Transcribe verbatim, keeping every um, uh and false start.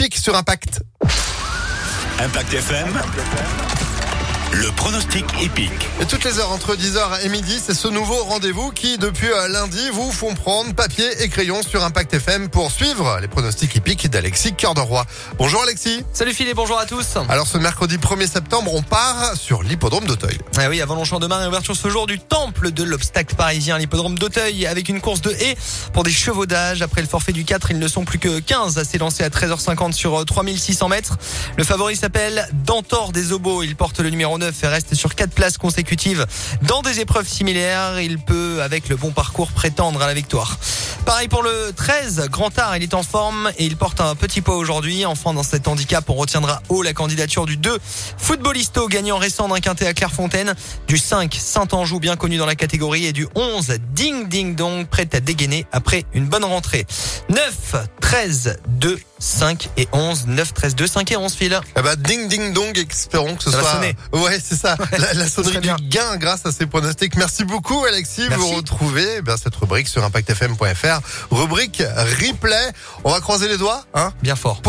hippique sur Impact. Impact F M, le pronostic épique. Et toutes les heures entre dix heures et midi, c'est ce nouveau rendez-vous qui, depuis lundi, vous font prendre papier et crayon sur Impact F M pour suivre les pronostics hippiques d'Alexis Cœur de Roi. Bonjour Alexis. Salut Phil et bonjour à tous. Alors ce mercredi premier septembre, on part sur l'hippodrome d'Auteuil. Ah oui, avant Longchamp demain, ouverture ce jour du temple de l'obstacle parisien, l'hippodrome d'Auteuil, avec une course de haies pour des chevaudages. Après le forfait du quatre, ils ne sont plus que quinze à s'élancer à treize heures cinquante sur trois mille six cents mètres. Le favori s'appelle Dantor des Obos. Il porte le numéro neuf et reste sur quatre places consécutives dans des épreuves similaires. Il peut, avec le bon parcours, prétendre à la victoire. Pareil pour le treize, Grand Art, il est en forme et il porte un petit poids aujourd'hui. Enfin, dans cet handicap, on retiendra haut la candidature du deux, Footballisto, gagnant récent d'un quintet à Clairefontaine, du cinq, Saint-Anjou, bien connu dans la catégorie, et du onze, Ding Ding Dong, prêt à dégainer après une bonne rentrée. neuf, treize, deux, cinq et onze. neuf, treize, deux, cinq et onze, Phil. Eh ben, ding ding dong, espérons que ce Ça soit... va sonner. Ouais, c'est ça, la, la sonnerie du bien. gain grâce à ces pronostics. Merci beaucoup Alexis. Merci. Vous retrouvez eh bien, cette rubrique sur impact f m point f r, rubrique replay. On va croiser les doigts, hein. Bien fort.